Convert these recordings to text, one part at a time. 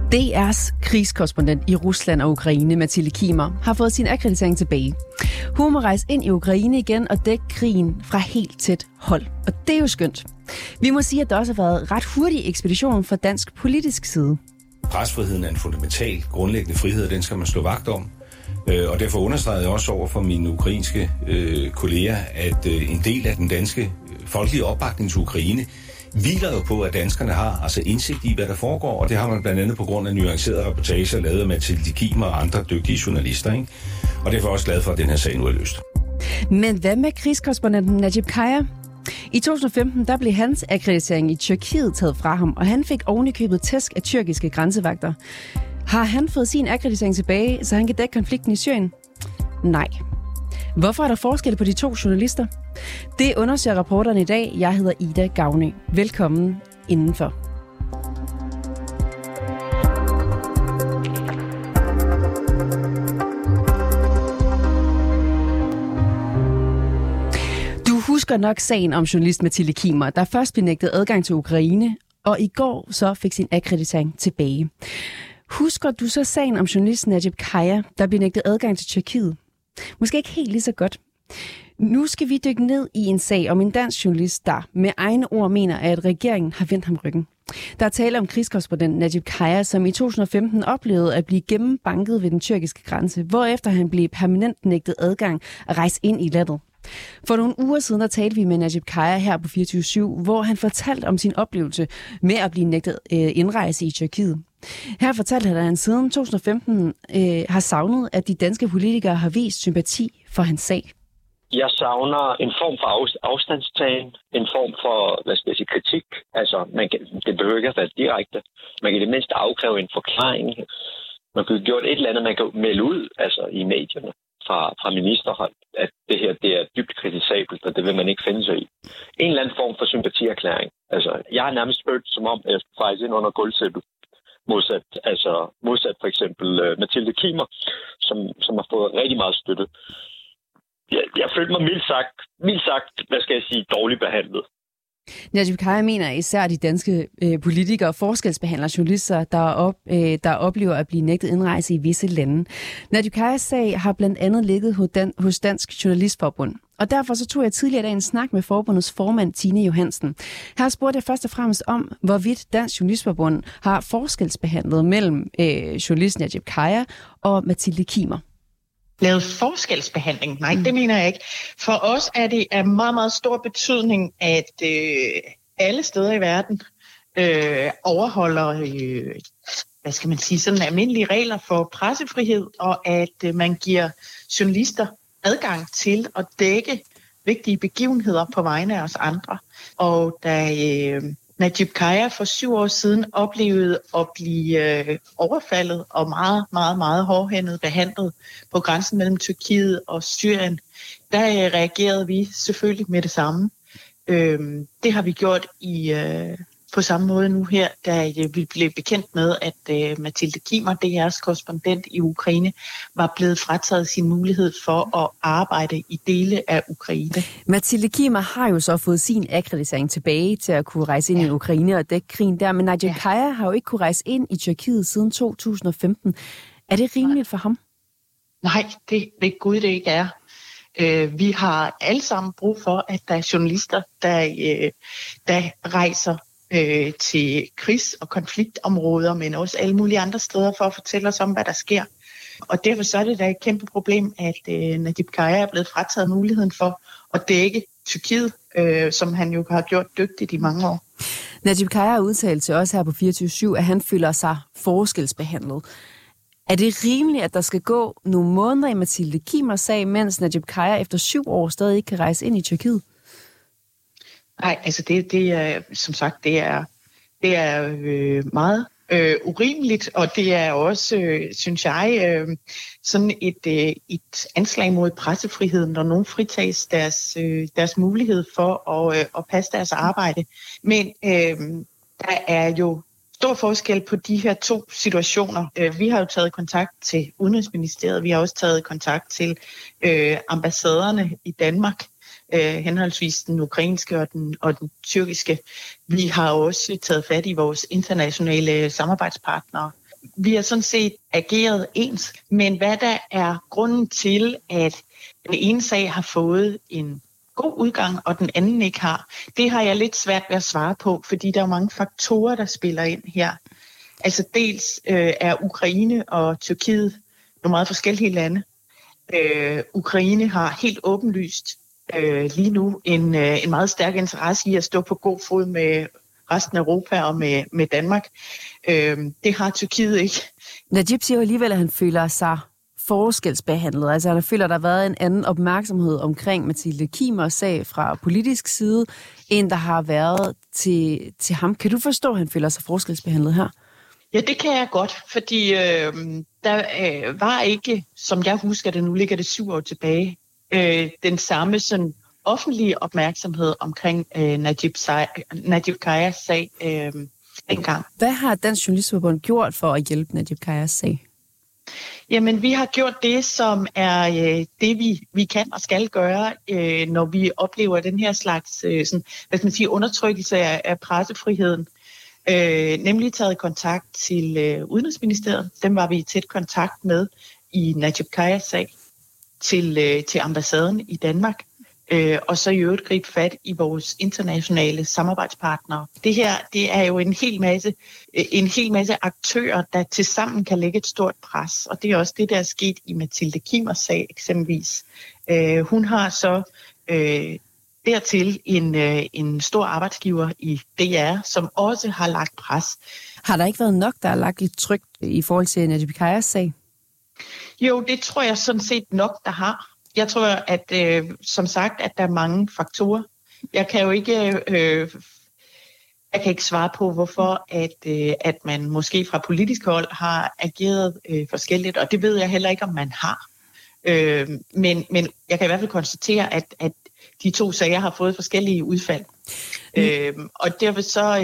DR's krigskorrespondent i Rusland og Ukraine, Mathilde Kimer, har fået sin akkreditering tilbage. Hun må rejse ind i Ukraine igen og dække krigen fra helt tæt hold. Og det er jo skønt. Vi må sige, at der også har været ret hurtig ekspedition fra dansk politisk side. Presfriheden er en fundamental, grundlæggende frihed, og den skal man slå vagt om. Og derfor understregede jeg også over for mine ukrainske kolleger, at en del af den danske folkelige opbakning til Ukraine hviler jo på, at danskerne har altså indsigt i, hvad der foregår, og det har man blandt andet på grund af nuancerede reportager lavet af Mathilde Kimer og andre dygtige journalister, ikke? Og derfor er jeg også glad for, at den her sag nu er løst. Men hvad med krigskorrespondenten Najib Khaja? I 2015 der blev hans akkreditering i Tyrkiet taget fra ham, og han fik ovenikøbet tæsk af tyrkiske grænsevagter. Har han fået sin akkreditering tilbage, så han kan dække konflikten i Syrien? Nej. Hvorfor er der forskel på de to journalister? Det undersøger reporterne i dag. Jeg hedder Ida Gavne. Velkommen indenfor. Du husker nok sagen om journalist Mathilde Kimer, der først blev nægtet adgang til Ukraine, og i går så fik sin akkreditering tilbage. Husker du så sagen om journalisten Najib Khaja, der blev nægtet adgang til Tyrkiet? Måske ikke helt lige så godt. Nu skal vi dykke ned i en sag om en dansk journalist, der med egne ord mener, at regeringen har vendt ham ryggen. Der er tale om krigskorrespondent Najib Khaja, som i 2015 oplevede at blive gennembanket ved den tyrkiske grænse, hvorefter han blev permanent nægtet adgang at rejse ind i landet. For nogle uger siden der talte vi med Najib Khaja her på 24/7, hvor han fortalte om sin oplevelse med at blive nægtet indrejse i Tyrkiet. Her fortalte han, at han siden 2015 har savnet, at de danske politikere har vist sympati for hans sag. Jeg savner en form for afstandstagen, en form for, kritik. Altså, det behøver ikke at være direkte. Man kan i det mindste afkræve en forklaring. Man kan gjort et eller andet, man kan melde ud altså i medierne fra ministerhold, at det her det er dybt kritisabelt, og det vil man ikke finde sig i. En eller anden form for sympatierklæring. Altså, jeg har nærmest følt som om, at jeg skulle rejse ind under gulvtæppet. Modsat for eksempel Mathilde Kimer, som har fået rigtig meget støtte. Jeg følte mig mildt sagt, dårligt behandlet. Najib Khaja mener især de danske politikere forskelsbehandler journalister, der oplever at blive nægtet indrejse i visse lande. Najib Khajas sag har blandt andet ligget hos Dansk Journalistforbund. Og derfor så tog jeg tidligere i dag en snak med forbundets formand, Tine Johansen. Her spurgte jeg først og fremmest om, hvorvidt Dansk Journalistforbund har forskelsbehandlet mellem journalisten Najib Khaja og Mathilde Kimer. Lavet forskelsbehandling? Nej, det mener jeg ikke. For os er det af meget, meget stor betydning, at alle steder i verden overholder, sådan almindelige regler for pressefrihed, og at man giver journalister adgang til at dække vigtige begivenheder på vegne af os andre. Og da Najib Khaja for 7 år siden oplevede at blive overfaldet og meget, meget, meget hårdhændet behandlet på grænsen mellem Tyrkiet og Syrien, der reagerede vi selvfølgelig med det samme. Det har vi gjort på samme måde nu her, da vi blev bekendt med, at Mathilde Kimer, DR's korrespondent i Ukraine, var blevet frataget sin mulighed for at arbejde i dele af Ukraine. Mathilde Kimer har jo så fået sin akkreditering tilbage til at kunne rejse ind i Ukraine og dække krigen der, men Najib Khaja har jo ikke kunne rejse ind i Tyrkiet siden 2015. Er det rimeligt for ham? Nej, det ved Gud det ikke er. Vi har alle sammen brug for, at der er journalister, der rejser til krigs- og konfliktområder, men også alle mulige andre steder for at fortælle os om, hvad der sker. Og derfor så er det da et kæmpe problem, at Najib Khaja er blevet frataget muligheden for at dække Tyrkiet, som han jo har gjort dygtigt i mange år. Najib Khaja har udtalt til os her på 24/7, at han føler sig forskelsbehandlet. Er det rimeligt, at der skal gå nogle måneder i Mathilde Kimers sag, mens Najib Khaja efter 7 år stadig ikke kan rejse ind i Tyrkiet? Nej, altså det er, som sagt, det er meget urimeligt, og det er også, synes jeg, sådan et anslag mod pressefriheden, når nogen fritages deres mulighed for at passe deres arbejde. Men der er jo stor forskel på de her 2 situationer. Vi har jo taget kontakt til Udenrigsministeriet, vi har også taget kontakt til ambassaderne i Danmark, henholdsvis den ukrainske og den tyrkiske. Vi har også taget fat i vores internationale samarbejdspartnere. vi har sådan set ageret ens, men hvad der er grunden til, at den ene sag har fået en god udgang, og den anden ikke har, det har jeg lidt svært ved at svare på, fordi der er mange faktorer, der spiller ind her. Altså dels er Ukraine og Tyrkiet nogle meget forskellige lande. Ukraine har helt åbenlyst lige nu en meget stærk interesse i at stå på god fod med resten af Europa og med Danmark. Det har Tyrkiet ikke. Najib siger jo alligevel, at han føler sig forskelsbehandlet. Altså han føler, at der har været en anden opmærksomhed omkring Mathilde Kiimers sag fra politisk side, end der har været til ham. Kan du forstå, at han føler sig forskelsbehandlet her? Ja, det kan jeg godt, fordi der var ikke, som jeg husker det, nu ligger det 7 år tilbage, den samme sådan offentlige opmærksomhed omkring Najib Khajas sag dengang. Hvad har Dansk Journalistforbund gjort for at hjælpe Najib Khajas sag? Jamen, vi har gjort det, som er det, vi kan og skal gøre, når vi oplever den her slags sådan, hvad skal man sige, undertrykkelse af pressefriheden. Nemlig taget kontakt til Udenrigsministeriet. Dem var vi i tæt kontakt med i Najib Khajas sag til ambassaden i Danmark. Og så i øvrigt gribe fat i vores internationale samarbejdspartnere. Det her, det er jo en hel masse aktører, der tilsammen kan lægge et stort pres. Og det er også det, der er sket i Mathilde Kiimers sag eksempelvis. Hun har så dertil en stor arbejdsgiver i DR, som også har lagt pres. Har der ikke været nok, der er lagt lidt tryk i forhold til Najib Khajas sag? Jo, det tror jeg sådan set nok, der har. Jeg tror, at som sagt, at der er mange faktorer. Jeg kan jo ikke, jeg kan ikke svare på, hvorfor at man måske fra politisk hold har ageret forskelligt, og det ved jeg heller ikke, om man har. Men jeg kan i hvert fald konstatere, at de to sager har fået forskellige udfald. Og derfor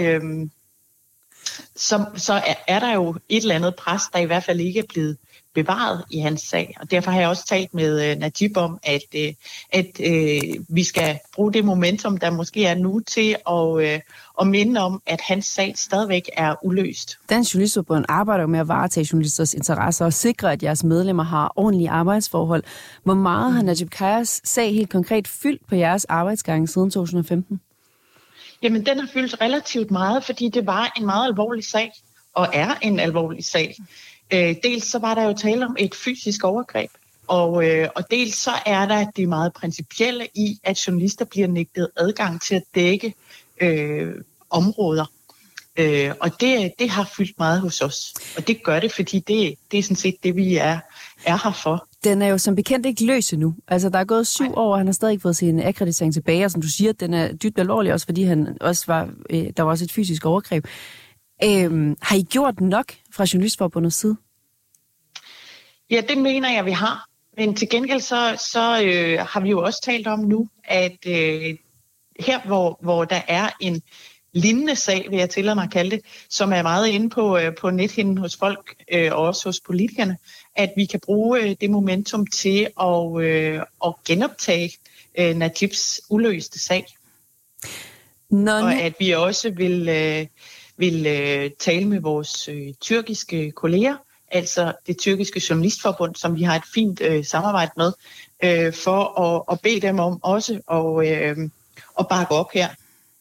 så er der jo et eller andet pres, der i hvert fald ikke er blevet bevaret i hans sag. Og derfor har jeg også talt med Najib om, at vi skal bruge det momentum, der måske er nu, til at minde om, at hans sag stadigvæk er uløst. Dansk Journalistforbund arbejder jo med at varetage journalisters interesser og sikre, at jeres medlemmer har ordentlige arbejdsforhold. Hvor meget har Najib Khajas sag helt konkret fyldt på jeres arbejdsgang siden 2015? Jamen, den har fyldt relativt meget, fordi det var en meget alvorlig sag, og er en alvorlig sag. Dels så var der jo tale om et fysisk overgreb, og dels så er der det meget principielle i, at journalister bliver nægtet adgang til at dække områder. Og det har fyldt meget hos os, og det gør det, fordi det er sådan set det, vi er her for. Den er jo som bekendt ikke løs endnu. Altså, der er gået 7 år, og han har stadig ikke fået sin akkreditering tilbage, og som du siger, den er dybt alvorlig, også fordi han også der var også et fysisk overgreb. Har I gjort nok fra Journalistforbundets side? Ja, det mener jeg, vi har. Men til gengæld så har vi jo også talt om nu, at her, hvor der er en lignende sag, vil jeg tillade mig at kalde det, som er meget inde på nethinden hos folk, og også hos politikerne, at vi kan bruge det momentum til at genoptage Najibs uløste sag. Og at vi også vil tale med vores tyrkiske kolleger, altså det tyrkiske journalistforbund, som vi har et fint samarbejde med, for at bede dem om også at bakke op her.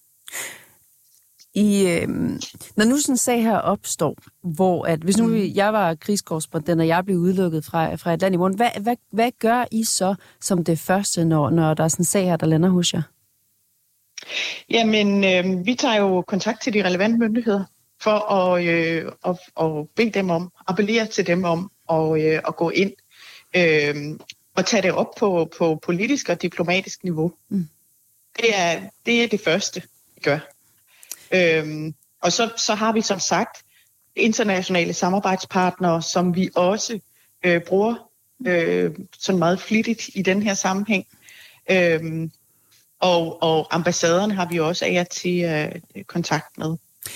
Når nu sådan en sag her opstår, hvor at hvis nu jeg var krigskorrespondent, og jeg blev udelukket fra et land i morgen, hvad gør I så som det første, når der er sådan en sag her, der lander hos jer? Jamen, vi tager jo kontakt til de relevante myndigheder for at bede dem om, appellere til dem om at gå ind og tage det op på politisk og diplomatisk niveau. Det er det første, vi gør. Og så har vi som sagt internationale samarbejdspartnere, som vi også bruger sådan meget flittigt i den her sammenhæng. Og ambassaderne har vi også af til kontakt med.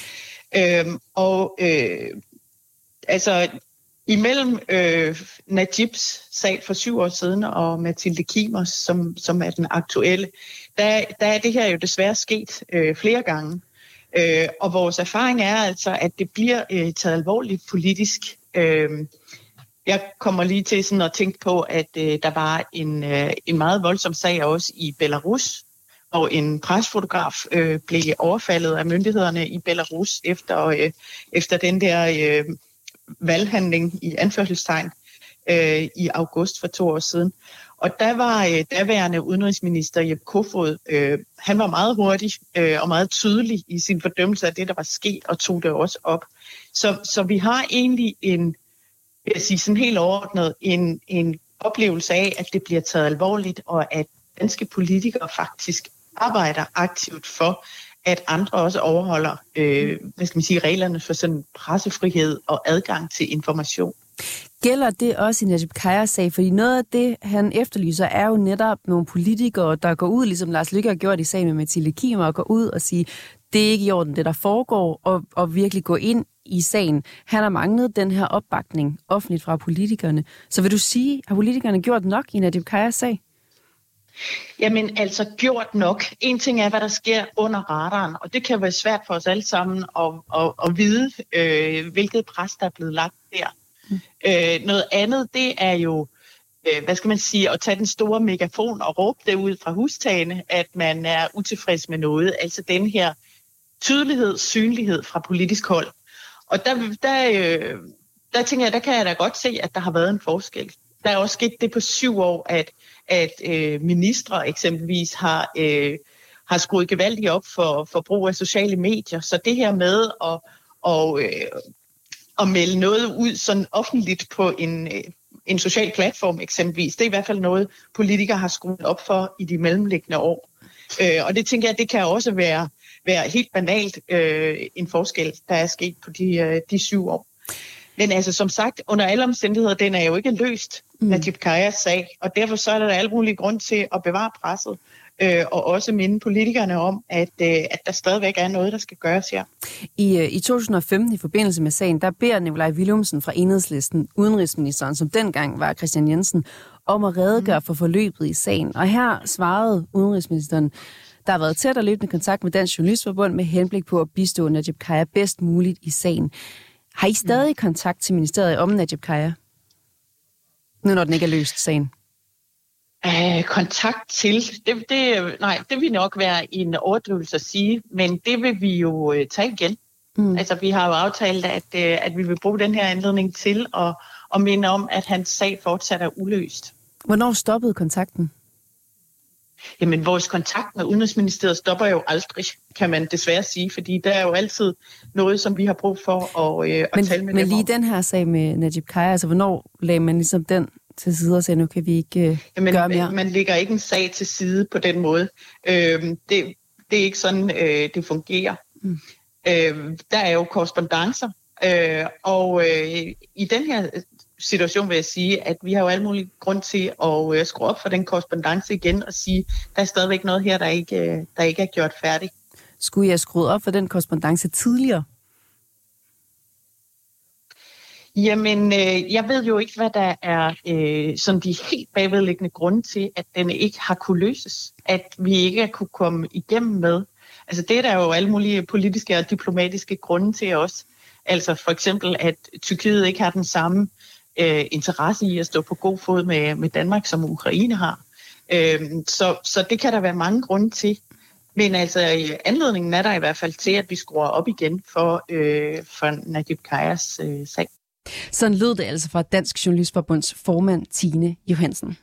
Altså imellem Najibs sag for 7 år siden og Mathilde Kiimers, som er den aktuelle, der er det her jo desværre sket flere gange. Og vores erfaring er altså, at det bliver taget alvorligt politisk. Jeg kommer lige til sådan at tænke på, at der var en meget voldsom sag også i Belarus, hvor en presfotograf blev overfaldet af myndighederne i Belarus efter den der valghandling i anførselstegn i august for 2 år siden. Og der var daværende udenrigsminister Jeppe Kofod, han var meget hurtig og meget tydelig i sin fordømmelse af det, der var sket, og tog det også op. Så vi har egentlig sådan helt overordnet en oplevelse af, at det bliver taget alvorligt, og at danske politikere faktisk arbejder aktivt for, at andre også overholder reglerne for sådan pressefrihed og adgang til information. Gælder det også i Najib Khayers sag? Fordi noget af det, han efterlyser, er jo netop nogle politikere, der går ud, ligesom Lars Løkke har gjort i sagen med Mathilde Kimer, og går ud og siger, det er ikke i orden, det der foregår, og virkelig gå ind i sagen. Han har manglet den her opbakning offentligt fra politikerne. Så vil du sige, har politikerne gjort nok i Najib Khayers sag? Jamen altså gjort nok. En ting er, hvad der sker under radaren, og det kan være svært for os alle sammen at vide, hvilket pres, der er blevet lagt der. Noget andet, det er jo, at tage den store megafon og råbe det ud fra hustagene, at man er utilfreds med noget. Altså den her tydelighed, synlighed fra politisk hold. Og der tænker jeg, der kan jeg da godt se, at der har været en forskel. Der er også sket det på 7 år, at ministre eksempelvis har skruet gevaldigt op for brug af sociale medier. Så det her med at melde noget ud sådan offentligt på en social platform eksempelvis, det er i hvert fald noget, politikere har skruet op for i de mellemliggende år. Og det tænker jeg, det kan også være helt banalt en forskel, der er sket på de 7 år. Men altså som sagt, under alle omstændigheder, den er jo ikke løst, Najib Khayers sag, og derfor så er der alle mulige grund til at bevare presset, og også minde politikerne om, at der stadigvæk er noget, der skal gøres her. I 2015, i forbindelse med sagen, der beder Nikolaj Villumsen fra Enhedslisten, udenrigsministeren, som dengang var Kristian Jensen, om at redegøre for forløbet i sagen. Og her svarede udenrigsministeren, der har været tæt og løbende kontakt med Dansk Journalistforbund med henblik på at bistå Najib Khayer bedst muligt i sagen. Har I stadig kontakt til ministeriet om Najib Khayer? Nu når den ikke er løst, sagen. Kontakt til? Det vil nok være en overdrivelse at sige, men det vil vi jo tage igen. Altså, vi har jo aftalt, at vi vil bruge den her anledning til at minde om, at hans sag fortsat er uløst. Hvornår stoppede kontakten? Jamen, vores kontakt med Udenrigsministeriet stopper jo aldrig, kan man desværre sige, fordi der er jo altid noget, som vi har brug for at tale med dem om. Men lige den her sag med Najib Khayer, altså hvornår lagde man ligesom den til side og sagde, nu kan vi ikke gøre mere? Man lægger ikke en sag til side på den måde. Det er ikke sådan, det fungerer. Der er jo korrespondancer, og i den her situation vil jeg sige, at vi har jo alle mulige grund til at skrue op for den korrespondance igen og sige, der er stadigvæk noget her, der ikke er gjort færdigt. Skulle jeg skrue op for den korrespondance tidligere? Jamen, jeg ved jo ikke, hvad der er sådan de helt bagvedliggende grunde til, at den ikke har kunne løses. At vi ikke har kunne komme igennem med. Altså det er der jo alle mulige politiske og diplomatiske grunde til også. Altså for eksempel, at Tyrkiet ikke har den samme interesse i at stå på god fod med Danmark, som Ukraine har. Så det kan der være mange grunde til. Men altså anledningen er der i hvert fald til, at vi skruer op igen for Najib Khayers sag. Sådan lød det altså fra Dansk Journalistforbunds formand Tine Johansen.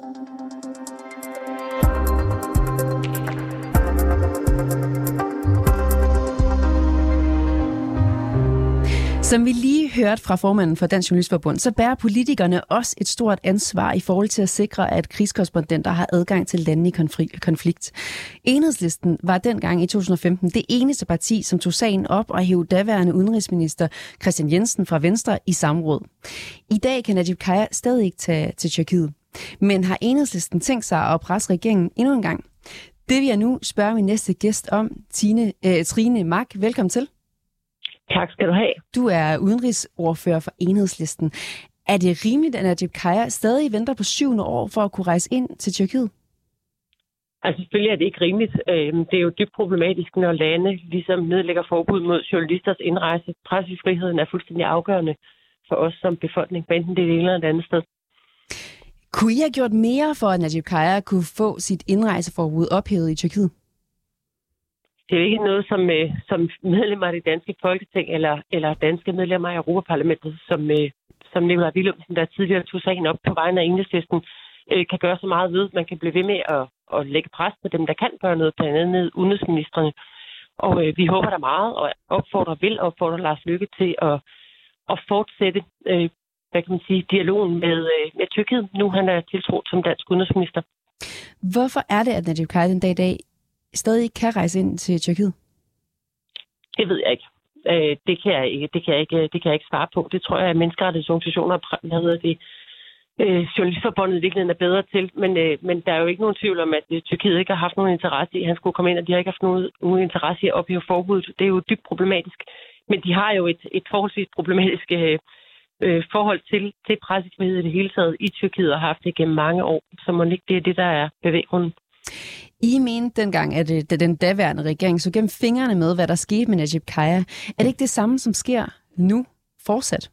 Som vi lige hørte fra formanden for Dansk Journalistforbund, så bærer politikerne også et stort ansvar i forhold til at sikre, at krigskorrespondenter har adgang til lande i konflikt. Enhedslisten var dengang i 2015 det eneste parti, som tog sagen op og hævde daværende udenrigsminister Kristian Jensen fra Venstre i samråd. I dag kan Najib Khayer stadig ikke tage til Tyrkiet. Men har Enhedslisten tænkt sig at presse regeringen endnu en gang? Det vil jeg nu spørge min næste gæst om, Trine Mak. Velkommen til. Tak skal du have. Du er udenrigsordfører for Enhedslisten. Er det rimeligt, at Najib Khayer stadig venter på 7. år for at kunne rejse ind til Tyrkiet? Altså selvfølgelig er det ikke rimeligt. Det er jo dybt problematisk, når lande ligesom nedlægger forbud mod journalisters indrejse. Pressefriheden er fuldstændig afgørende for os som befolkning, enten det er det ene eller det andet sted. Kunne I have gjort mere for, at Najib Khaja kunne få sit indrejseforbud ophævet i Tyrkiet? Det er jo ikke noget, som medlemmer af det danske Folketing eller danske medlemmer af Europaparlamentet, som Nikolaj Villumsen, der tidligere tog sagen op på vegne af Enhedslisten, kan gøre så meget ved. Man kan blive ved med at lægge pres på dem, der kan gøre noget, blandt andet udenrigsministrene. Og vi håber der meget, og opfordrer Lars Løkke til at fortsætte dialogen med Tyrkiet, nu han er tiltrådt som dansk udenrigsminister. Hvorfor er det, at Najib Khaja den dag i dag stadig ikke kan rejse ind til Tyrkiet? Det ved jeg ikke. Det kan jeg ikke svare på. Det tror jeg, at menneskerettighedsorganisationer Journalistforbundet i virkeligheden er bedre til, men der er jo ikke nogen tvivl om, at Tyrkiet ikke har haft nogen interesse i, at han skulle komme ind, og de har ikke haft nogen interesse i at ophæve forbuddet. Det er jo dybt problematisk. Men de har jo et forholdsvis problematisk forhold til pressefrihed i det hele taget i Tyrkiet og har haft det gennem mange år, så må ikke det er det, der er bevæggrunden. I mente dengang, at den daværende regering så gennem fingrene med, hvad der skete med Najib Khaja. Er det ikke det samme, som sker nu fortsat?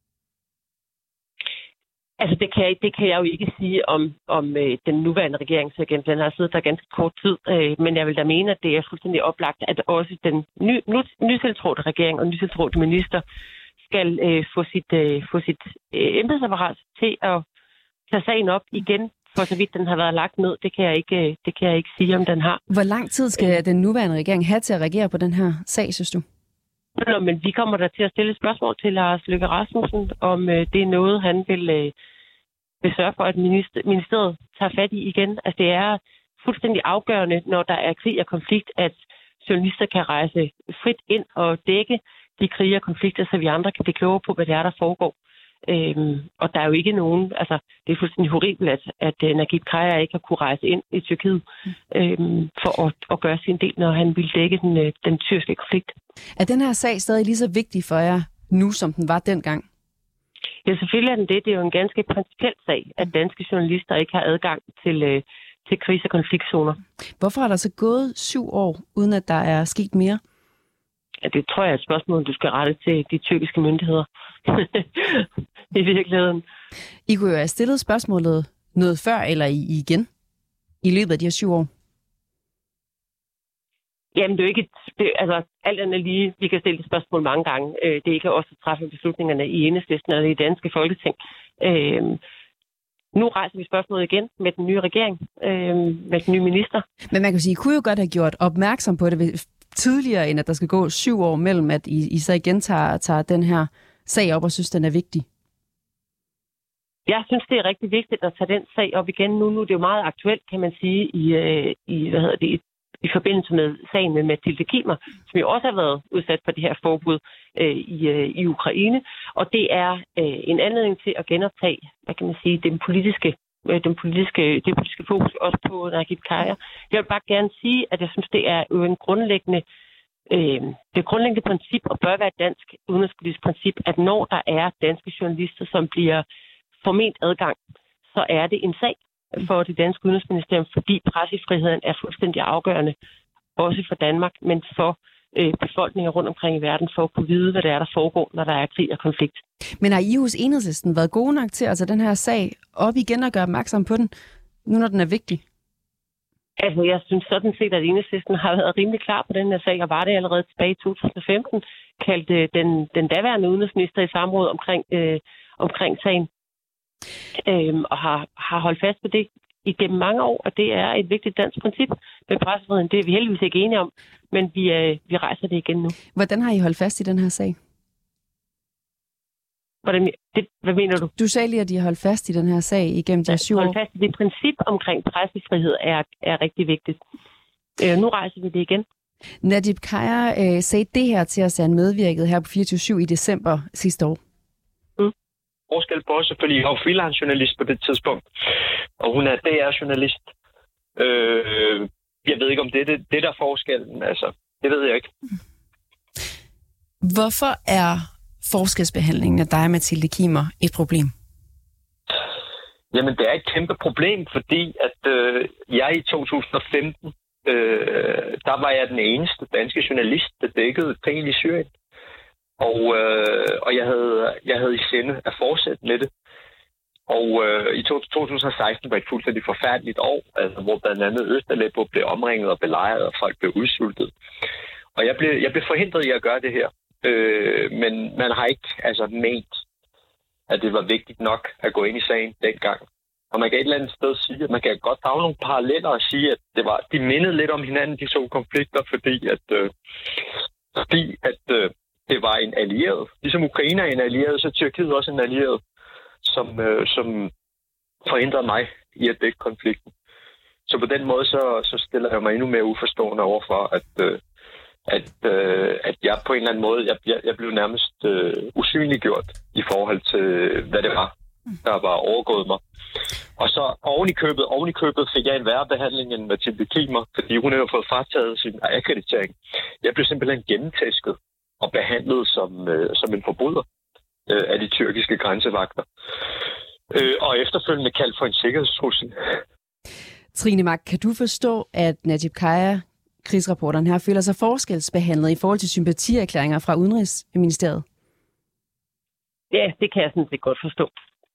Altså, det kan jeg jo ikke sige om den nuværende regering, så igen, den har siddet der ganske kort tid. Men jeg vil da mene, at det er fuldstændig oplagt, at også den nytiltrådte regering og nytiltrådte minister skal få sit embedsapparat til at tage sagen op igen, for så vidt den har været lagt ned. Det kan jeg ikke sige, om den har. Hvor lang tid skal den nuværende regering have til at reagere på den her sag, synes du? Nå, men vi kommer der til at stille et spørgsmål til Lars Løkke Rasmussen, om det er noget, han vil sørge for, at ministeriet tager fat i igen. Altså, det er fuldstændig afgørende, når der er krig og konflikt, at journalister kan rejse frit ind og dække de krige og konflikter, så vi andre kan blive klogere på, hvad det er, der foregår. Og der er jo ikke nogen, altså det er fuldstændig horribelt, at Najib Khaja ikke har kunne rejse ind i Tyrkiet for at gøre sin del, når han ville dække den tyrkiske konflikt. Er den her sag stadig lige så vigtig for jer nu, som den var dengang? Ja, selvfølgelig er den det. Det er jo en ganske principiel sag, at danske journalister ikke har adgang til krise- og konfliktzoner. Hvorfor har der så gået 7 år, uden at der er sket mere? Ja, det tror jeg er et spørgsmål, du skal rette til de tyrkiske myndigheder. I virkeligheden. I kunne jo have stillet spørgsmålet noget før eller igen i løbet af de her 7 år. Jamen, det er jo ikke alt andet lige, vi kan stille det spørgsmål mange gange. Det er ikke os, der træffer beslutningerne i Enhedslisten eller i det danske Folketing. Nu rejser vi spørgsmålet igen med den nye regering, med den nye minister. Men man kan sige, I kunne jo godt have gjort opmærksom på det tidligere, end at der skal gå 7 år mellem, at I så igen tager den her sag op og synes, den er vigtig. Jeg synes, det er rigtig vigtigt at tage den sag op igen nu. Nu er det jo meget aktuelt, kan man sige, i forbindelse med sagen med Mathilde Kimer, som jo også har været udsat for det her forbud i Ukraine. Og det er en anledning til at genoptage, hvad kan man sige, det politiske fokus også på Najib Khaja. Jeg vil bare gerne sige, at jeg synes, det er jo en grundlæggende princip, og bør være et dansk udenrigspolitisk princip, at når der er danske journalister, som bliver forment adgang, så er det en sag for det danske udenrigsministerium, fordi pressefriheden er fuldstændig afgørende, også for Danmark, men for befolkninger rundt omkring i verden, for at kunne vide, hvad det er, der foregår, når der er krig og konflikt. Men har I hos Enhedslisten været gode nok til at tage den her sag op igen og gøre opmærksom på den, nu når den er vigtig? Altså, jeg synes sådan set, at Enhedslisten har været rimelig klar på den her sag, og var det allerede tilbage i 2015, kaldte den daværende udenrigsminister i samråd omkring sagen, og har holdt fast på det igennem mange år, og det er et vigtigt dansk princip med pressefriheden. Det er vi heldigvis ikke enige om, men vi rejser det igen nu. Hvordan har I holdt fast i den her sag? Hvad mener du? Du sagde lige, at I har holdt fast i den her sag igennem de 7 år. Holdt fast i det princip omkring pressefrihed er rigtig vigtigt. Nu rejser vi det igen. Najib Khaja sagde det her til os, at han medvirkede her på 24/7 i december sidste år. Forskel på os selvfølgelig. Jeg var freelance-journalist på det tidspunkt, og hun er DR-journalist. Jeg ved ikke, om det der er forskellen. Altså, det ved jeg ikke. Hvorfor er forskelsbehandlingen af dig, Mathilde Kimer, et problem? Jamen, det er et kæmpe problem, fordi at jeg i 2015, der var jeg den eneste danske journalist, der dækkede krigen i Syrien. Og jeg havde i sinde at fortsætte med det. Og i 2016 var et fuldstændig forfærdeligt år, altså, hvor blandt andet Øst-Aleppo blev omringet og belejret, og folk blev udsultet. Og jeg blev forhindret i at gøre det her. Men man har ikke ment, at det var vigtigt nok at gå ind i sagen dengang. Og man kan et eller andet sted sige, at man kan godt drage nogle paralleller og sige, at de mindede lidt om hinanden, de to konflikter, fordi at det var en allieret. Ligesom Ukraine er en allieret, så Tyrkiet også en allieret, som forhindrede mig i at dække konflikten. Så på den måde, så stiller jeg mig endnu mere uforstående overfor, at jeg på en eller anden måde, jeg blev nærmest usynliggjort i forhold til, hvad det var, der var overgået mig. Og så oven i købet fik jeg en værre behandling end Mathilde Klimer, fordi hun havde fået frataget sin akkreditering. Jeg blev simpelthen gennemtæsket og behandlet som en forbryder af de tyrkiske grænsevagter. Og efterfølgende kaldt for en sikkerhedstrussel. Trine Mak, kan du forstå, at Najib Khaja, krigsrapporteren her, føler sig forskelsbehandlet i forhold til sympatierklæringer fra Udenrigsministeriet? Ja, det kan jeg sådan set godt forstå.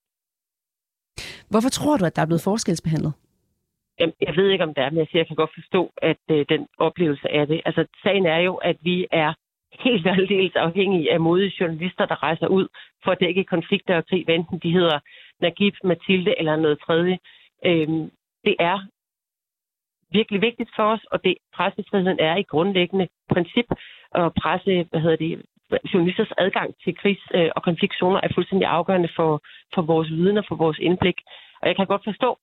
Hvorfor tror du, at der er blevet forskelsbehandlet? Jamen, jeg ved ikke, om det er, men jeg kan godt forstå, at den oplevelse er det. Altså, sagen er jo, at vi er helt aldeles afhængige af modige journalister, der rejser ud for at dække konflikter og krig, enten de hedder Najib, Mathilde eller noget tredje. Det er virkelig vigtigt for os, og pressefriheden er et grundlæggende princip, og journalisters adgang til krigs- og konfliktzoner er fuldstændig afgørende for vores viden og for vores indblik. Og jeg kan godt forstå,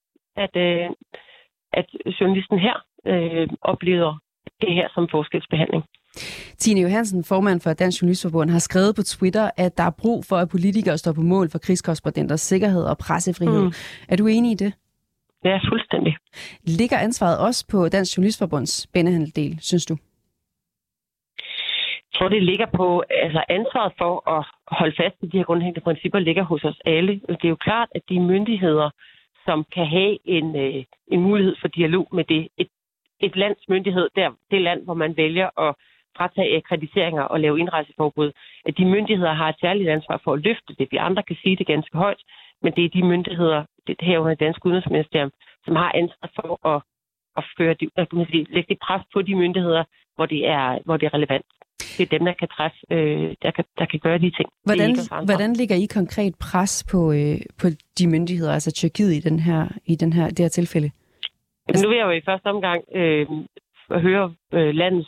at journalisten her oplever det her som forskelsbehandling. Tine Johansen, formand for Dansk Journalistforbund, har skrevet på Twitter, at der er brug for, at politikere står på mål for krigskorrespondenters sikkerhed og pressefrihed. Er du enig i det? Ja, fuldstændig. Ligger ansvaret også på Dansk Journalistforbunds banehandeldel, synes du? Jeg tror, det ligger på, ansvaret for at holde fast i de her grundlæggende principper ligger hos os alle. Det er jo klart, at de myndigheder, som kan have en mulighed for dialog med et lands myndighed, det land, hvor man vælger at fratage akkrediteringer og lave indrejseforbud, at de myndigheder har et særligt ansvar for at løfte det. Vi andre kan sige det ganske højt, men det er de myndigheder, herunder det danske udenrigsministerium, som har ansvar for at føre lægge det pres på de myndigheder, hvor det er relevant. Det er dem, der kan træffe, der kan gøre de ting. Hvordan ligger I konkret pres på de myndigheder, altså Tyrkiet i det her tilfælde? Nu vil jeg jo i første omgang høre landets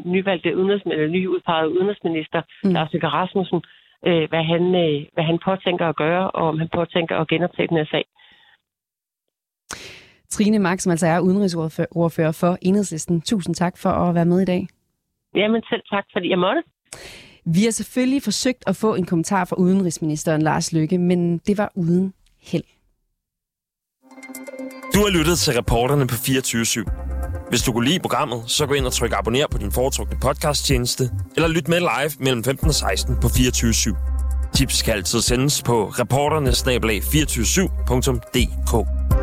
nyudpegede udenrigsminister, Lars Løkke Rasmussen, hvad han påtænker at gøre, og om han påtænker at genoptage den her sag. Trine Mak, som altså er udenrigsordfører for Enhedslisten. Tusind tak for at være med i dag. Jamen selv tak, fordi jeg måtte. Vi har selvfølgelig forsøgt at få en kommentar fra udenrigsministeren Lars Løkke, men det var uden held. Du har lyttet til Reporterne på 24/7. Hvis du kunne lide programmet, så gå ind og tryk abonner på din foretrukne podcasttjeneste, eller lyt med live mellem 15 og 16 på 24/7. Tips kan altid sendes på reporterne@247.dk.